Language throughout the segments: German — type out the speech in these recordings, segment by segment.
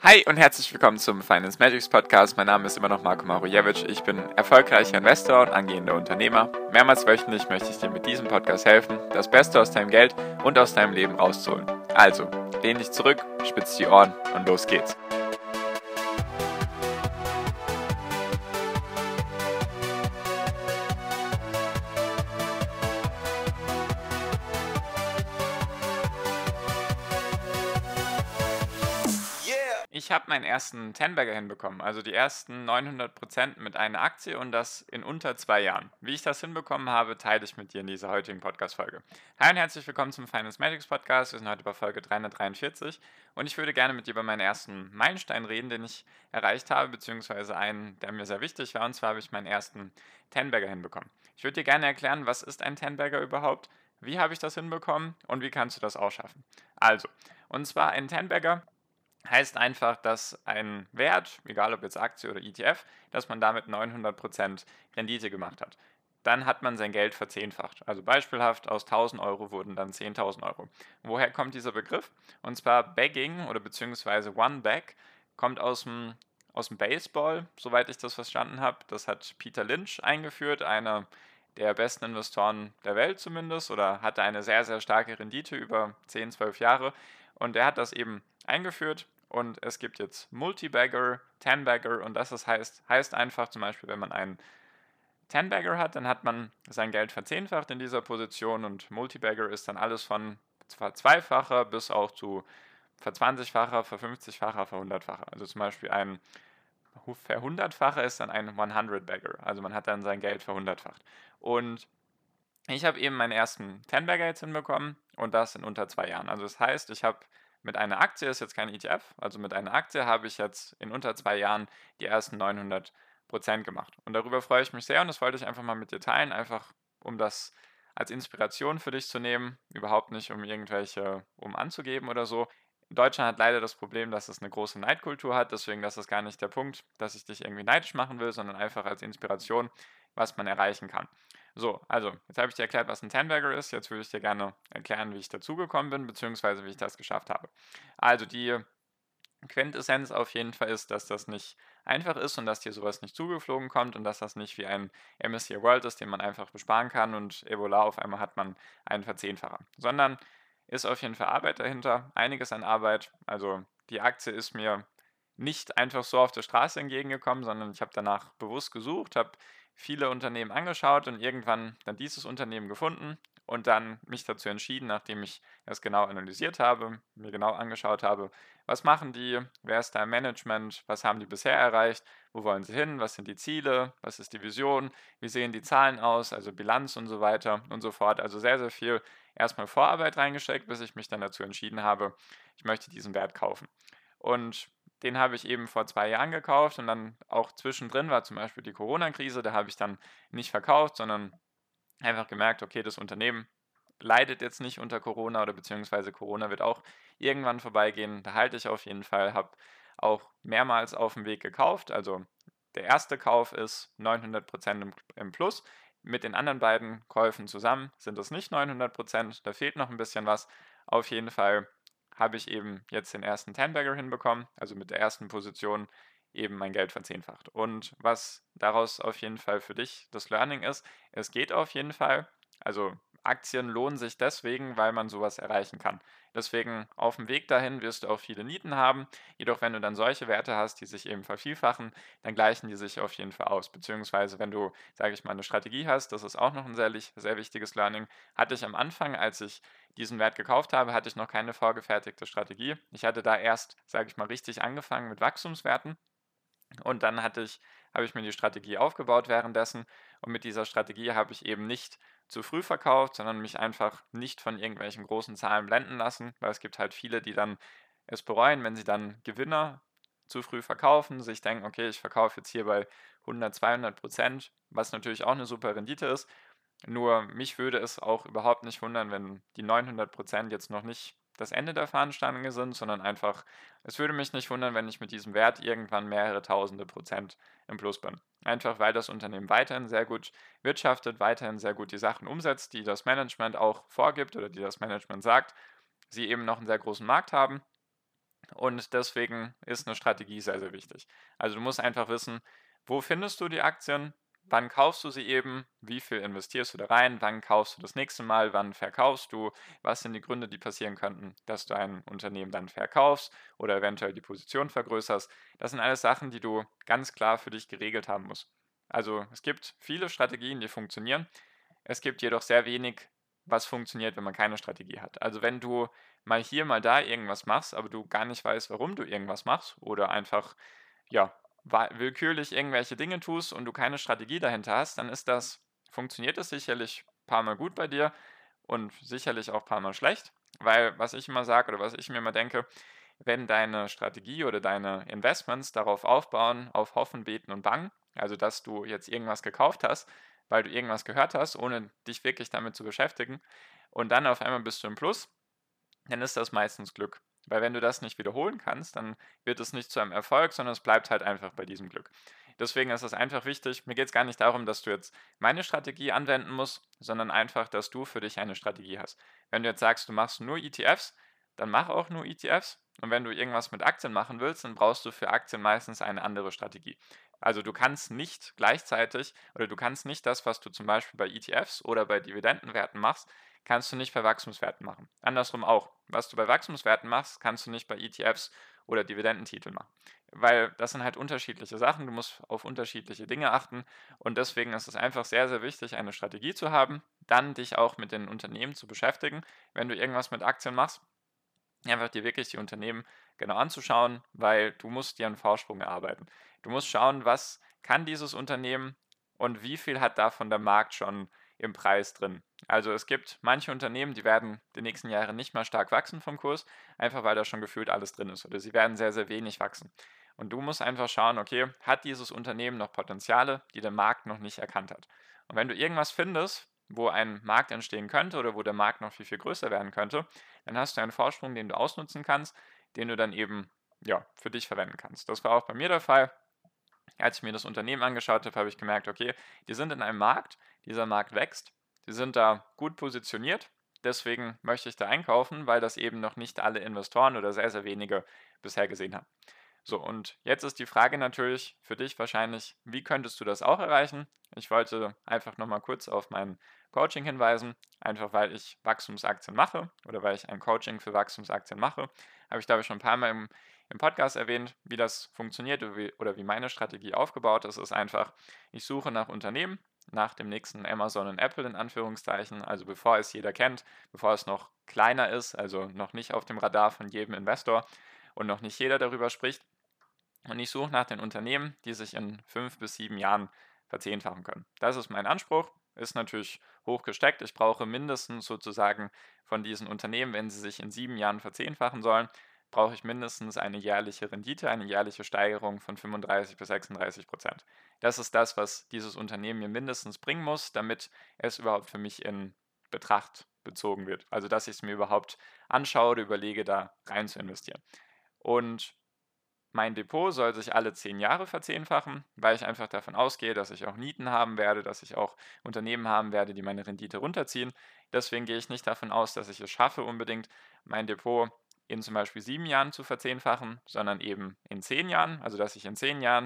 Hi und herzlich willkommen zum Finance Magics Podcast. Mein Name ist immer noch Marko Marujewicz. Ich bin erfolgreicher Investor und angehender Unternehmer. Mehrmals wöchentlich möchte ich dir mit diesem Podcast helfen, das Beste aus deinem Geld und aus deinem Leben rauszuholen. Also, lehn dich zurück, spitz die Ohren und los geht's. Ich habe meinen ersten 10-Bagger hinbekommen, also die ersten 900% mit einer Aktie und das in unter 2 Jahren. Wie ich das hinbekommen habe, teile ich mit dir in dieser heutigen Podcast-Folge. Hi und herzlich willkommen zum Finance Magics Podcast. Wir sind heute bei Folge 343 und ich würde gerne mit dir über meinen ersten Meilenstein reden, den ich erreicht habe, beziehungsweise einen, der mir sehr wichtig war, und zwar habe ich meinen ersten 10-Bagger hinbekommen. Ich würde dir gerne erklären, was ist ein 10-Bagger überhaupt, wie habe ich das hinbekommen und wie kannst du das auch schaffen. Also, und zwar ein 10-Bagger heißt einfach, dass ein Wert, egal ob jetzt Aktie oder ETF, dass man damit 900% Rendite gemacht hat. Dann hat man sein Geld verzehnfacht. Also beispielhaft aus 1000 Euro wurden dann 10.000 Euro. Woher kommt dieser Begriff? Und zwar Bagging oder beziehungsweise One Bag kommt aus dem Baseball, soweit ich das verstanden habe. Das hat Peter Lynch eingeführt, einer der besten Investoren der Welt zumindest, oder hatte eine sehr, sehr starke Rendite über 10, 12 Jahre. Und er hat das eben eingeführt und es gibt jetzt Multi-Bagger, 10-Bagger und heißt einfach zum Beispiel, wenn man einen 10-Bagger hat, dann hat man sein Geld verzehnfacht in dieser Position und Multi-Bagger ist dann alles von verzweifacher bis auch zu verzwanzigfacher, verfünfzigfacher, verhundertfacher. Also zum Beispiel ein verhundertfacher ist dann ein 100-Bagger, also man hat dann sein Geld verhundertfacht. Und ich habe eben meinen ersten 10-Bagger jetzt hinbekommen und das in unter 2 Jahren. Also das heißt, ich habe mit einer Aktie, ist jetzt kein ETF, also mit einer Aktie habe ich jetzt in unter 2 Jahren die ersten 900% gemacht. Und darüber freue ich mich sehr und das wollte ich einfach mal mit dir teilen, einfach um das als Inspiration für dich zu nehmen, überhaupt nicht um anzugeben oder so. Deutschland hat leider das Problem, dass es eine große Neidkultur hat, deswegen das ist gar nicht der Punkt, dass ich dich irgendwie neidisch machen will, sondern einfach als Inspiration, was man erreichen kann. So, also, jetzt habe ich dir erklärt, was ein 10-Bagger ist. Jetzt würde ich dir gerne erklären, wie ich dazugekommen bin, beziehungsweise wie ich das geschafft habe. Also, die Quintessenz auf jeden Fall ist, dass das nicht einfach ist und dass dir sowas nicht zugeflogen kommt und dass das nicht wie ein MSCI World ist, den man einfach besparen kann und voilà, auf einmal hat man einen Verzehnfacher. Sondern ist auf jeden Fall Arbeit dahinter, einiges an Arbeit. Also, die Aktie ist mir nicht einfach so auf der Straße entgegengekommen, sondern ich habe danach bewusst gesucht, habe viele Unternehmen angeschaut und irgendwann dann dieses Unternehmen gefunden und dann mich dazu entschieden, nachdem ich es genau analysiert habe, mir genau angeschaut habe, was machen die, wer ist da im Management, was haben die bisher erreicht, wo wollen sie hin, was sind die Ziele, was ist die Vision, wie sehen die Zahlen aus, also Bilanz und so weiter und so fort. Also sehr, sehr viel erstmal Vorarbeit reingesteckt, bis ich mich dann dazu entschieden habe, ich möchte diesen Wert kaufen. Und den habe ich eben vor 2 Jahren gekauft und dann auch zwischendrin war zum Beispiel die Corona-Krise, da habe ich dann nicht verkauft, sondern einfach gemerkt, okay, das Unternehmen leidet jetzt nicht unter Corona oder beziehungsweise Corona wird auch irgendwann vorbeigehen. Da halte ich auf jeden Fall, habe auch mehrmals auf dem Weg gekauft. Also der erste Kauf ist 900% im Plus. Mit den anderen beiden Käufen zusammen sind es nicht 900%, da fehlt noch ein bisschen was. Auf jeden Fall habe ich eben jetzt den ersten 10-Bagger hinbekommen, also mit der ersten Position eben mein Geld verzehnfacht. Und was daraus auf jeden Fall für dich das Learning ist, es geht auf jeden Fall. Also Aktien lohnen sich deswegen, weil man sowas erreichen kann. Deswegen auf dem Weg dahin wirst du auch viele Nieten haben. Jedoch wenn du dann solche Werte hast, die sich eben vervielfachen, dann gleichen die sich auf jeden Fall aus. Beziehungsweise wenn du, sage ich mal, eine Strategie hast, das ist auch noch ein sehr, sehr wichtiges Learning, hatte ich am Anfang, als ich diesen Wert gekauft habe, hatte ich noch keine vorgefertigte Strategie. Ich hatte da erst, sage ich mal, richtig angefangen mit Wachstumswerten und dann habe ich mir die Strategie aufgebaut währenddessen und mit dieser Strategie habe ich eben nicht zu früh verkauft, sondern mich einfach nicht von irgendwelchen großen Zahlen blenden lassen, weil es gibt halt viele, die dann es bereuen, wenn sie dann Gewinner zu früh verkaufen, sich denken, okay, ich verkaufe jetzt hier bei 100, 200%, was natürlich auch eine super Rendite ist. Nur mich würde es auch überhaupt nicht wundern, wenn die 900% jetzt noch nicht das Ende der Fahnenstange sind, sondern einfach, es würde mich nicht wundern, wenn ich mit diesem Wert irgendwann mehrere tausende Prozent im Plus bin. Einfach weil das Unternehmen weiterhin sehr gut wirtschaftet, weiterhin sehr gut die Sachen umsetzt, die das Management auch vorgibt oder die das Management sagt, sie eben noch einen sehr großen Markt haben Und deswegen ist eine Strategie sehr, sehr wichtig. Also, du musst einfach wissen, wo findest du die Aktien, wann kaufst du sie eben, wie viel investierst du da rein, wann kaufst du das nächste Mal, wann verkaufst du, was sind die Gründe, die passieren könnten, dass du ein Unternehmen dann verkaufst oder eventuell die Position vergrößerst. Das sind alles Sachen, die du ganz klar für dich geregelt haben musst. Also, es gibt viele Strategien, die funktionieren. Es gibt jedoch sehr wenig, was funktioniert, wenn man keine Strategie hat. Also, wenn du mal hier, mal da irgendwas machst, aber du gar nicht weißt, warum du irgendwas machst oder einfach, ja, willkürlich irgendwelche Dinge tust und du keine Strategie dahinter hast, dann funktioniert das sicherlich ein paar Mal gut bei dir und sicherlich auch ein paar Mal schlecht, weil was ich immer sage oder was ich mir immer denke, wenn deine Strategie oder deine Investments darauf aufbauen, auf Hoffen, Beten und Bangen, also dass du jetzt irgendwas gekauft hast, weil du irgendwas gehört hast, ohne dich wirklich damit zu beschäftigen und dann auf einmal bist du im Plus, dann ist das meistens Glück. Weil wenn du das nicht wiederholen kannst, dann wird es nicht zu einem Erfolg, sondern es bleibt halt einfach bei diesem Glück. Deswegen ist es einfach wichtig, mir geht es gar nicht darum, dass du jetzt meine Strategie anwenden musst, sondern einfach, dass du für dich eine Strategie hast. Wenn du jetzt sagst, du machst nur ETFs, dann mach auch nur ETFs. Und wenn du irgendwas mit Aktien machen willst, dann brauchst du für Aktien meistens eine andere Strategie. Also du kannst nicht gleichzeitig oder du kannst nicht das, was du zum Beispiel bei ETFs oder bei Dividendenwerten machst, kannst du nicht bei Wachstumswerten machen. Andersrum auch. Was du bei Wachstumswerten machst, kannst du nicht bei ETFs oder Dividendentiteln machen. Weil das sind halt unterschiedliche Sachen, du musst auf unterschiedliche Dinge achten und deswegen ist es einfach sehr, sehr wichtig, eine Strategie zu haben, dann dich auch mit den Unternehmen zu beschäftigen, wenn du irgendwas mit Aktien machst, einfach dir wirklich die Unternehmen genau anzuschauen, weil du musst dir einen Vorsprung erarbeiten. Du musst schauen, was kann dieses Unternehmen und wie viel hat davon der Markt schon im Preis drin. Also es gibt manche Unternehmen, die werden die nächsten Jahre nicht mal stark wachsen vom Kurs, einfach weil da schon gefühlt alles drin ist. Oder sie werden sehr, sehr wenig wachsen. Und du musst einfach schauen, okay, hat dieses Unternehmen noch Potenziale, die der Markt noch nicht erkannt hat. Und wenn du irgendwas findest, wo ein Markt entstehen könnte oder wo der Markt noch viel, viel größer werden könnte, dann hast du einen Vorsprung, den du ausnutzen kannst, den du dann eben ja, für dich verwenden kannst. Das war auch bei mir der Fall. Als ich mir das Unternehmen angeschaut habe, habe ich gemerkt, okay, die sind in einem Markt, dieser Markt wächst, die sind da gut positioniert, deswegen möchte ich da einkaufen, weil das eben noch nicht alle Investoren oder sehr, sehr wenige bisher gesehen haben. So, und jetzt ist die Frage natürlich für dich wahrscheinlich, wie könntest du das auch erreichen? Ich wollte einfach nochmal kurz auf mein Coaching hinweisen, einfach weil ich Wachstumsaktien mache oder weil ich ein Coaching für Wachstumsaktien mache. Habe ich, glaube ich, schon ein paar Mal im Podcast erwähnt, wie das funktioniert oder wie meine Strategie aufgebaut ist. Es ist einfach, ich suche nach Unternehmen, nach dem nächsten Amazon und Apple in Anführungszeichen, also bevor es jeder kennt, bevor es noch kleiner ist, also noch nicht auf dem Radar von jedem Investor und noch nicht jeder darüber spricht. Und ich suche nach den Unternehmen, die sich in 5 bis 7 Jahren verzehnfachen können. Das ist mein Anspruch. Ist natürlich hoch gesteckt. Ich brauche mindestens sozusagen von diesen Unternehmen, wenn sie sich in 7 Jahren verzehnfachen sollen, brauche ich mindestens eine jährliche Rendite, eine jährliche Steigerung von 35 bis 36%. Das ist das, was dieses Unternehmen mir mindestens bringen muss, damit es überhaupt für mich in Betracht bezogen wird. Also, dass ich es mir überhaupt anschaue oder überlege, da rein zu investieren. Und mein Depot soll sich alle 10 Jahre verzehnfachen, weil ich einfach davon ausgehe, dass ich auch Nieten haben werde, dass ich auch Unternehmen haben werde, die meine Rendite runterziehen. Deswegen gehe ich nicht davon aus, dass ich es schaffe, unbedingt mein Depot in zum Beispiel 7 Jahren zu verzehnfachen, sondern eben in 10 Jahren. Also dass ich in 10 Jahren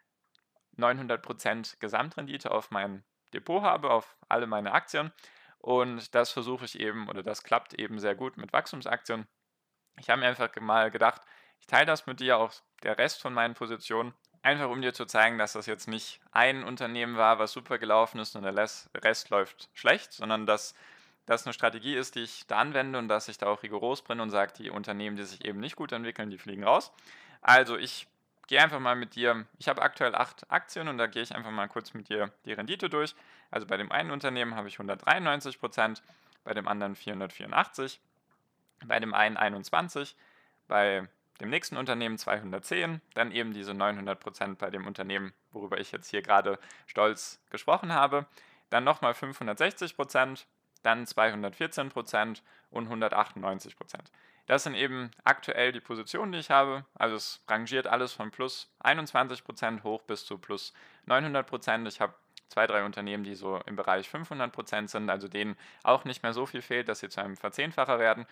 900% Gesamtrendite auf mein Depot habe, auf alle meine Aktien. Und das versuche ich eben, oder das klappt eben sehr gut mit Wachstumsaktien. Ich habe mir einfach mal gedacht, ich teile das mit dir, auch der Rest von meinen Positionen, einfach um dir zu zeigen, dass das jetzt nicht ein Unternehmen war, was super gelaufen ist und der Rest läuft schlecht, sondern dass das eine Strategie ist, die ich da anwende und dass ich da auch rigoros bin und sage, die Unternehmen, die sich eben nicht gut entwickeln, die fliegen raus. Also ich gehe einfach mal mit dir, ich habe aktuell 8 Aktien und da gehe ich einfach mal kurz mit dir die Rendite durch. Also bei dem einen Unternehmen habe ich 193%, bei dem anderen 484, bei dem einen 21, bei dem nächsten Unternehmen 210, dann eben diese 900% bei dem Unternehmen, worüber ich jetzt hier gerade stolz gesprochen habe, dann nochmal 560%, dann 214% und 198%. Das sind eben aktuell die Positionen, die ich habe. Also es rangiert alles von plus 21% hoch bis zu plus 900%. Ich habe 2, 3 Unternehmen, die so im Bereich 500% sind, also denen auch nicht mehr so viel fehlt, dass sie zu einem Verzehnfacher werden.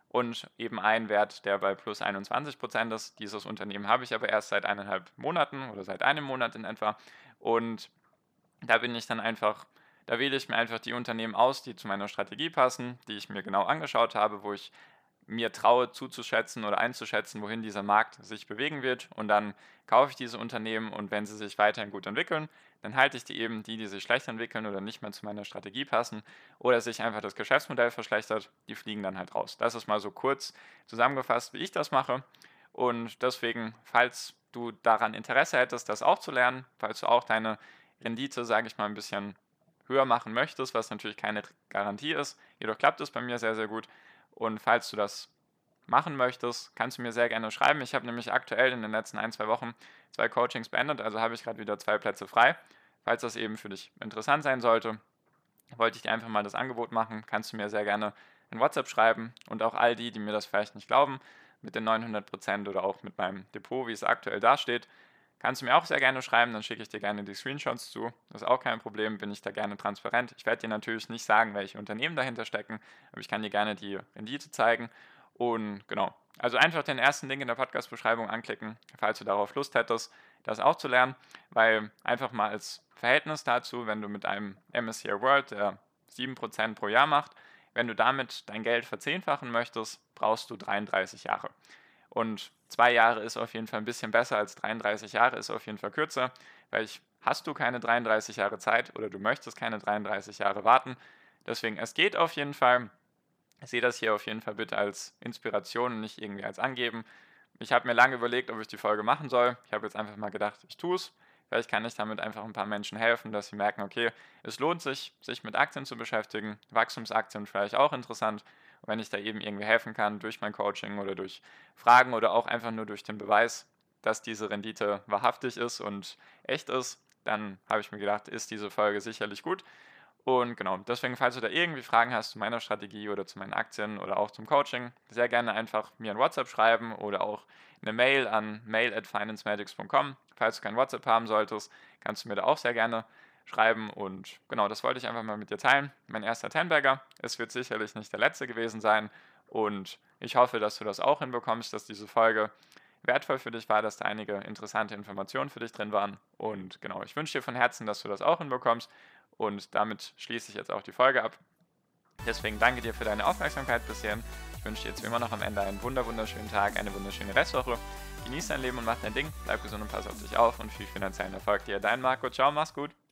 und eben einen Wert, der bei plus 21% ist. Dieses Unternehmen habe ich aber erst seit 1,5 Monaten oder seit einem Monat in etwa. Und da bin ich dann einfach, da wähle ich mir einfach die Unternehmen aus, die zu meiner Strategie passen, die ich mir genau angeschaut habe, wo ich mir traue zuzuschätzen oder einzuschätzen, wohin dieser Markt sich bewegen wird. Und dann kaufe ich diese Unternehmen und wenn sie sich weiterhin gut entwickeln, dann halte ich die eben, die sich schlecht entwickeln oder nicht mehr zu meiner Strategie passen oder sich einfach das Geschäftsmodell verschlechtert, die fliegen dann halt raus. Das ist mal so kurz zusammengefasst, wie ich das mache. Und deswegen, falls du daran Interesse hättest, das auch zu lernen, falls du auch deine Rendite, sage ich mal, ein bisschen höher machen möchtest, was natürlich keine Garantie ist, jedoch klappt es bei mir sehr, sehr gut. Und falls du das machen möchtest, kannst du mir sehr gerne schreiben. Ich habe nämlich aktuell in den letzten 1, 2 Wochen 2 Coachings beendet, also habe ich gerade wieder 2 Plätze frei. Falls das eben für dich interessant sein sollte, wollte ich dir einfach mal das Angebot machen. Kannst du mir sehr gerne in WhatsApp schreiben und auch all die, die mir das vielleicht nicht glauben, mit den 900% oder auch mit meinem Depot, wie es aktuell dasteht, kannst du mir auch sehr gerne schreiben, dann schicke ich dir gerne die Screenshots zu. Das ist auch kein Problem, bin ich da gerne transparent. Ich werde dir natürlich nicht sagen, welche Unternehmen dahinter stecken, aber ich kann dir gerne die Rendite zeigen. Und genau, also einfach den ersten Link in der Podcast-Beschreibung anklicken, falls du darauf Lust hättest, das auch zu lernen, weil einfach mal als Verhältnis dazu, wenn du mit einem MSCI World, der 7% pro Jahr macht, wenn du damit dein Geld verzehnfachen möchtest, brauchst du 33 Jahre. Und 2 Jahre ist auf jeden Fall ein bisschen besser als 33 Jahre, ist auf jeden Fall kürzer, weil hast du keine 33 Jahre Zeit oder du möchtest keine 33 Jahre warten. Deswegen, es geht auf jeden Fall. Ich sehe das hier auf jeden Fall bitte als Inspiration und nicht irgendwie als Angeben. Ich habe mir lange überlegt, ob ich die Folge machen soll. Ich habe jetzt einfach mal gedacht, ich tue es. Vielleicht kann ich damit einfach ein paar Menschen helfen, dass sie merken, okay, es lohnt sich, sich mit Aktien zu beschäftigen. Wachstumsaktien vielleicht auch interessant. Und wenn ich da eben irgendwie helfen kann durch mein Coaching oder durch Fragen oder auch einfach nur durch den Beweis, dass diese Rendite wahrhaftig ist und echt ist, dann habe ich mir gedacht, ist diese Folge sicherlich gut. Und genau, deswegen, falls du da irgendwie Fragen hast zu meiner Strategie oder zu meinen Aktien oder auch zum Coaching, sehr gerne einfach mir ein WhatsApp schreiben oder auch eine Mail an mail@financemagics.com. Falls du kein WhatsApp haben solltest, kannst du mir da auch sehr gerne schreiben. Und genau, das wollte ich einfach mal mit dir teilen. Mein erster Tenbagger. Es wird sicherlich nicht der letzte gewesen sein. Und ich hoffe, dass du das auch hinbekommst, dass diese Folge wertvoll für dich war, dass da einige interessante Informationen für dich drin waren. Und genau, ich wünsche dir von Herzen, dass du das auch hinbekommst. Und damit schließe ich jetzt auch die Folge ab. Deswegen danke dir für deine Aufmerksamkeit bis hierhin. Ich wünsche dir jetzt wie immer noch am Ende einen wunderschönen Tag, eine wunderschöne Restwoche. Genieß dein Leben und mach dein Ding. Bleib gesund und pass auf dich auf und viel finanziellen Erfolg dir. Dein Marco. Ciao, mach's gut.